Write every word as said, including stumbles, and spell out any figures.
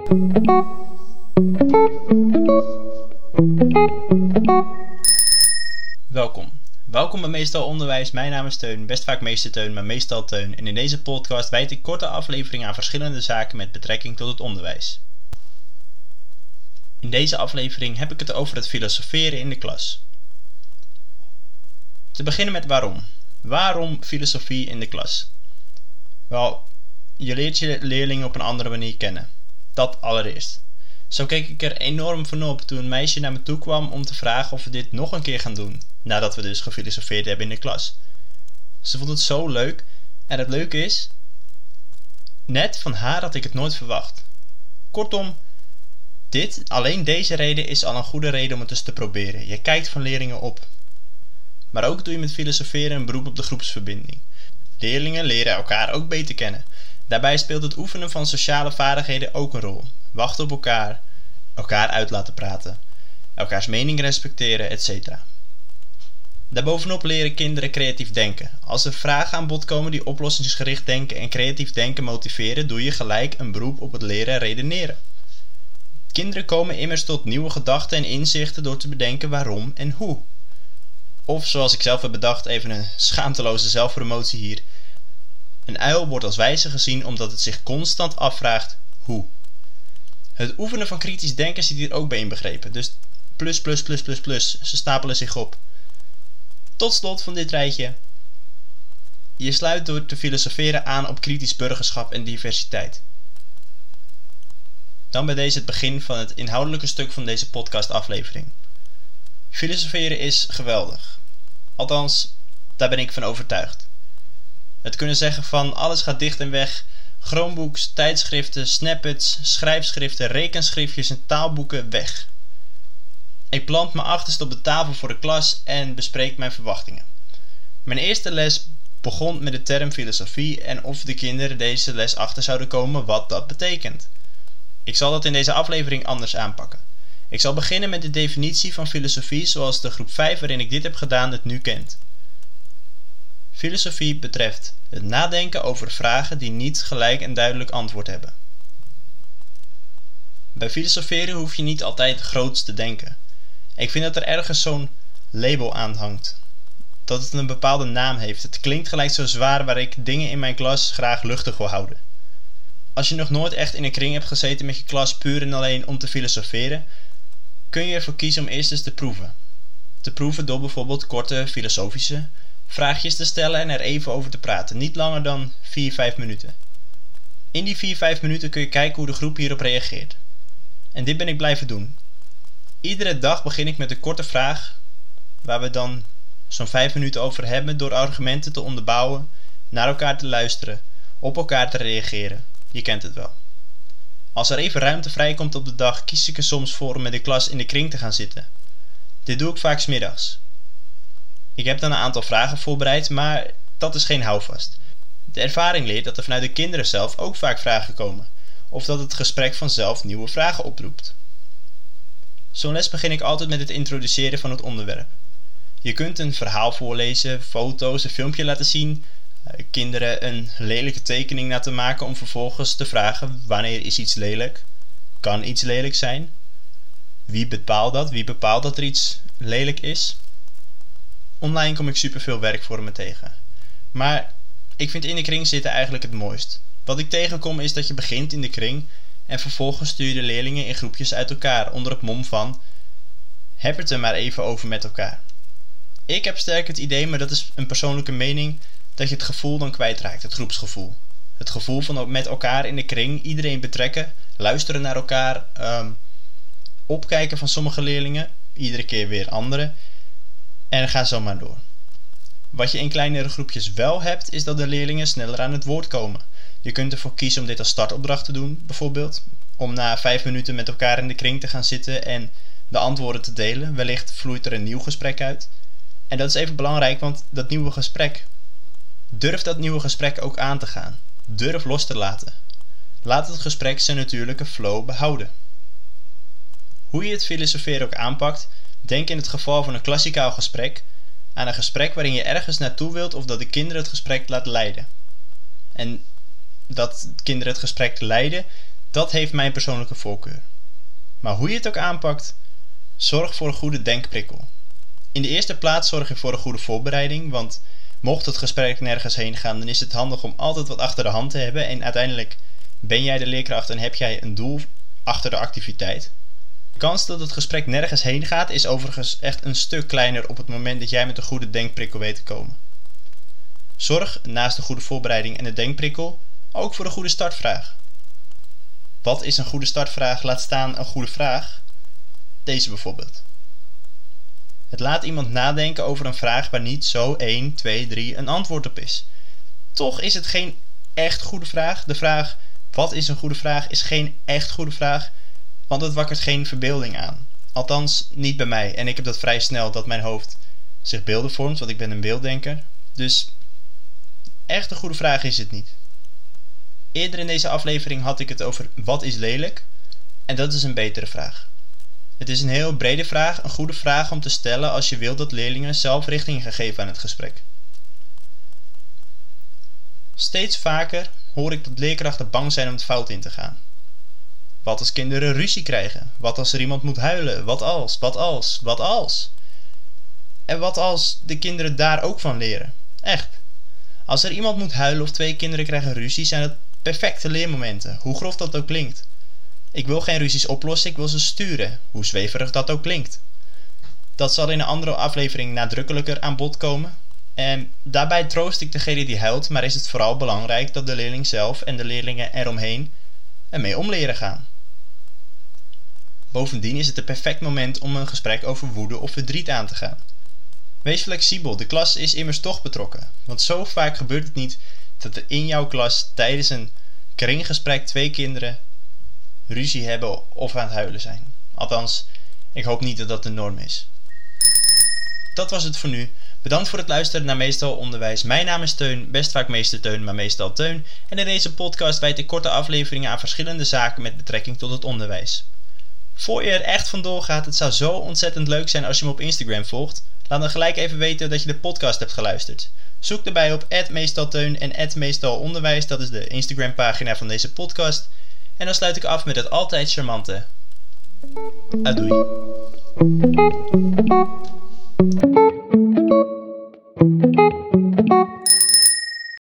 Welkom. Welkom bij Meestal Onderwijs. Mijn naam is Teun, best vaak meester Teun, maar meestal Teun. En in deze podcast wijd ik korte afleveringen aan verschillende zaken met betrekking tot het onderwijs. In deze aflevering heb ik het over het filosoferen in de klas. Te beginnen met waarom. Waarom filosofie in de klas? Wel, je leert je leerlingen op een andere manier kennen. Dat allereerst. Zo keek ik er enorm van op toen een meisje naar me toe kwam om te vragen of we dit nog een keer gaan doen, nadat we dus gefilosofeerd hebben in de klas. Ze vond het zo leuk en het leuke is, net van haar had ik het nooit verwacht. Kortom, dit, alleen deze reden is al een goede reden om het dus te proberen. Je kijkt van leerlingen op. Maar ook doe je met filosoferen een beroep op de groepsverbinding. Leerlingen leren elkaar ook beter kennen. Daarbij speelt het oefenen van sociale vaardigheden ook een rol. Wachten op elkaar, elkaar uit laten praten, elkaars mening respecteren, et cetera. Daarbovenop leren kinderen creatief denken. Als er vragen aan bod komen die oplossingsgericht denken en creatief denken motiveren, doe je gelijk een beroep op het leren redeneren. Kinderen komen immers tot nieuwe gedachten en inzichten door te bedenken waarom en hoe. Of zoals ik zelf heb bedacht, even een schaamteloze zelfpromotie hier. Een uil wordt als wijze gezien omdat het zich constant afvraagt hoe. Het oefenen van kritisch denken zit hier ook bij inbegrepen. Dus plus plus plus plus plus, ze stapelen zich op. Tot slot van dit rijtje. Je sluit door te filosoferen aan op kritisch burgerschap en diversiteit. Dan bij deze het begin van het inhoudelijke stuk van deze podcastaflevering. Filosoferen is geweldig. Althans, daar ben ik van overtuigd. Het kunnen zeggen van alles gaat dicht en weg. Chromebooks, tijdschriften, snippets, schrijfschriften, rekenschriftjes en taalboeken weg. Ik plant me achterste op de tafel voor de klas en bespreek mijn verwachtingen. Mijn eerste les begon met de term filosofie en of de kinderen deze les achter zouden komen wat dat betekent. Ik zal dat in deze aflevering anders aanpakken. Ik zal beginnen met de definitie van filosofie zoals de groep vijf waarin ik dit heb gedaan het nu kent. Filosofie betreft het nadenken over vragen die niet gelijk en duidelijk antwoord hebben. Bij filosoferen hoef je niet altijd groots te denken. Ik vind dat er ergens zo'n label aan hangt. Dat het een bepaalde naam heeft. Het klinkt gelijk zo zwaar waar ik dingen in mijn klas graag luchtig wil houden. Als je nog nooit echt in een kring hebt gezeten met je klas puur en alleen om te filosoferen, kun je ervoor kiezen om eerst eens te proeven. Te proeven door bijvoorbeeld korte filosofische vraagjes te stellen en er even over te praten. Niet langer dan vier vijf minuten. In die vier vijf minuten kun je kijken hoe de groep hierop reageert. En dit ben ik blijven doen. Iedere dag begin ik met een korte vraag, waar we dan zo'n vijf minuten over hebben door argumenten te onderbouwen, naar elkaar te luisteren, op elkaar te reageren. Je kent het wel. Als er even ruimte vrijkomt op de dag, kies ik er soms voor om met de klas in de kring te gaan zitten. Dit doe ik vaak 's middags. Ik heb dan een aantal vragen voorbereid, maar dat is geen houvast. De ervaring leert dat er vanuit de kinderen zelf ook vaak vragen komen, of dat het gesprek vanzelf nieuwe vragen oproept. Zo'n les begin ik altijd met het introduceren van het onderwerp. Je kunt een verhaal voorlezen, foto's, een filmpje laten zien, kinderen een lelijke tekening laten maken om vervolgens te vragen wanneer is iets lelijk? Kan iets lelijk zijn? Wie bepaalt dat? Wie bepaalt dat er iets lelijk is? Online kom ik superveel werkvormen tegen. Maar ik vind in de kring zitten eigenlijk het mooist. Wat ik tegenkom is dat je begint in de kring en vervolgens stuur je de leerlingen in groepjes uit elkaar onder het mom van heb het er maar even over met elkaar. Ik heb sterk het idee, maar dat is een persoonlijke mening, dat je het gevoel dan kwijtraakt, het groepsgevoel. Het gevoel van met elkaar in de kring, iedereen betrekken, luisteren naar elkaar, um, opkijken van sommige leerlingen, iedere keer weer andere. En ga zo maar door. Wat je in kleinere groepjes wel hebt, is dat de leerlingen sneller aan het woord komen. Je kunt ervoor kiezen om dit als startopdracht te doen, bijvoorbeeld. Om na vijf minuten met elkaar in de kring te gaan zitten en de antwoorden te delen. Wellicht vloeit er een nieuw gesprek uit. En dat is even belangrijk, want dat nieuwe gesprek, durf dat nieuwe gesprek ook aan te gaan. Durf los te laten. Laat het gesprek zijn natuurlijke flow behouden. Hoe je het filosoferen ook aanpakt, denk in het geval van een klassikaal gesprek aan een gesprek waarin je ergens naartoe wilt of dat de kinderen het gesprek laat leiden. En dat kinderen het gesprek leiden, Dat heeft mijn persoonlijke voorkeur. Maar hoe je het ook aanpakt, zorg voor een goede denkprikkel. In de eerste plaats zorg je voor een goede voorbereiding, want mocht het gesprek nergens heen gaan, dan is het handig om altijd wat achter de hand te hebben en uiteindelijk ben jij de leerkracht en heb jij een doel achter de activiteit. De kans dat het gesprek nergens heen gaat is overigens echt een stuk kleiner op het moment dat jij met een goede denkprikkel weet te komen. Zorg naast de goede voorbereiding en de denkprikkel ook voor een goede startvraag. Wat is een goede startvraag? Laat staan een goede vraag. Deze bijvoorbeeld. Het laat iemand nadenken over een vraag waar niet zo één, twee, drie een antwoord op is. Toch is het geen echt goede vraag. De vraag wat is een goede vraag is geen echt goede vraag, want het wakkert geen verbeelding aan. Althans niet bij mij en ik heb dat vrij snel dat mijn hoofd zich beelden vormt, want ik ben een beelddenker. Dus echt een goede vraag is het niet. Eerder in deze aflevering had ik het over wat is lelijk en dat is een betere vraag. Het is een heel brede vraag, een goede vraag om te stellen als je wilt dat leerlingen zelf richting gaan geven aan het gesprek. Steeds vaker hoor ik dat leerkrachten bang zijn om het fout in te gaan. Wat als kinderen ruzie krijgen? Wat als er iemand moet huilen? Wat als? Wat als? Wat als? En wat als de kinderen daar ook van leren? Echt. Als er iemand moet huilen of twee kinderen krijgen ruzie, zijn het perfecte leermomenten, hoe grof dat ook klinkt. Ik wil geen ruzies oplossen, ik wil ze sturen, hoe zweverig dat ook klinkt. Dat zal in een andere aflevering nadrukkelijker aan bod komen. En daarbij troost ik degene die huilt, maar is het vooral belangrijk dat de leerling zelf en de leerlingen eromheen ermee om leren gaan. Bovendien is het een perfect moment om een gesprek over woede of verdriet aan te gaan. Wees flexibel, de klas is immers toch betrokken. Want zo vaak gebeurt het niet dat er in jouw klas tijdens een kringgesprek twee kinderen ruzie hebben of aan het huilen zijn. Althans, ik hoop niet dat dat de norm is. Dat was het voor nu. Bedankt voor het luisteren naar Meestal Onderwijs. Mijn naam is Teun, best vaak meester Teun, maar meestal Teun. En in deze podcast wijd ik korte afleveringen aan verschillende zaken met betrekking tot het onderwijs. Voor je er echt vandoor gaat, het zou zo ontzettend leuk zijn als je me op Instagram volgt. Laat dan gelijk even weten dat je de podcast hebt geluisterd. Zoek daarbij op at meestalteun en at meestalonderwijs, dat is de Instagram pagina van deze podcast. En dan sluit ik af met het altijd charmante Adoei.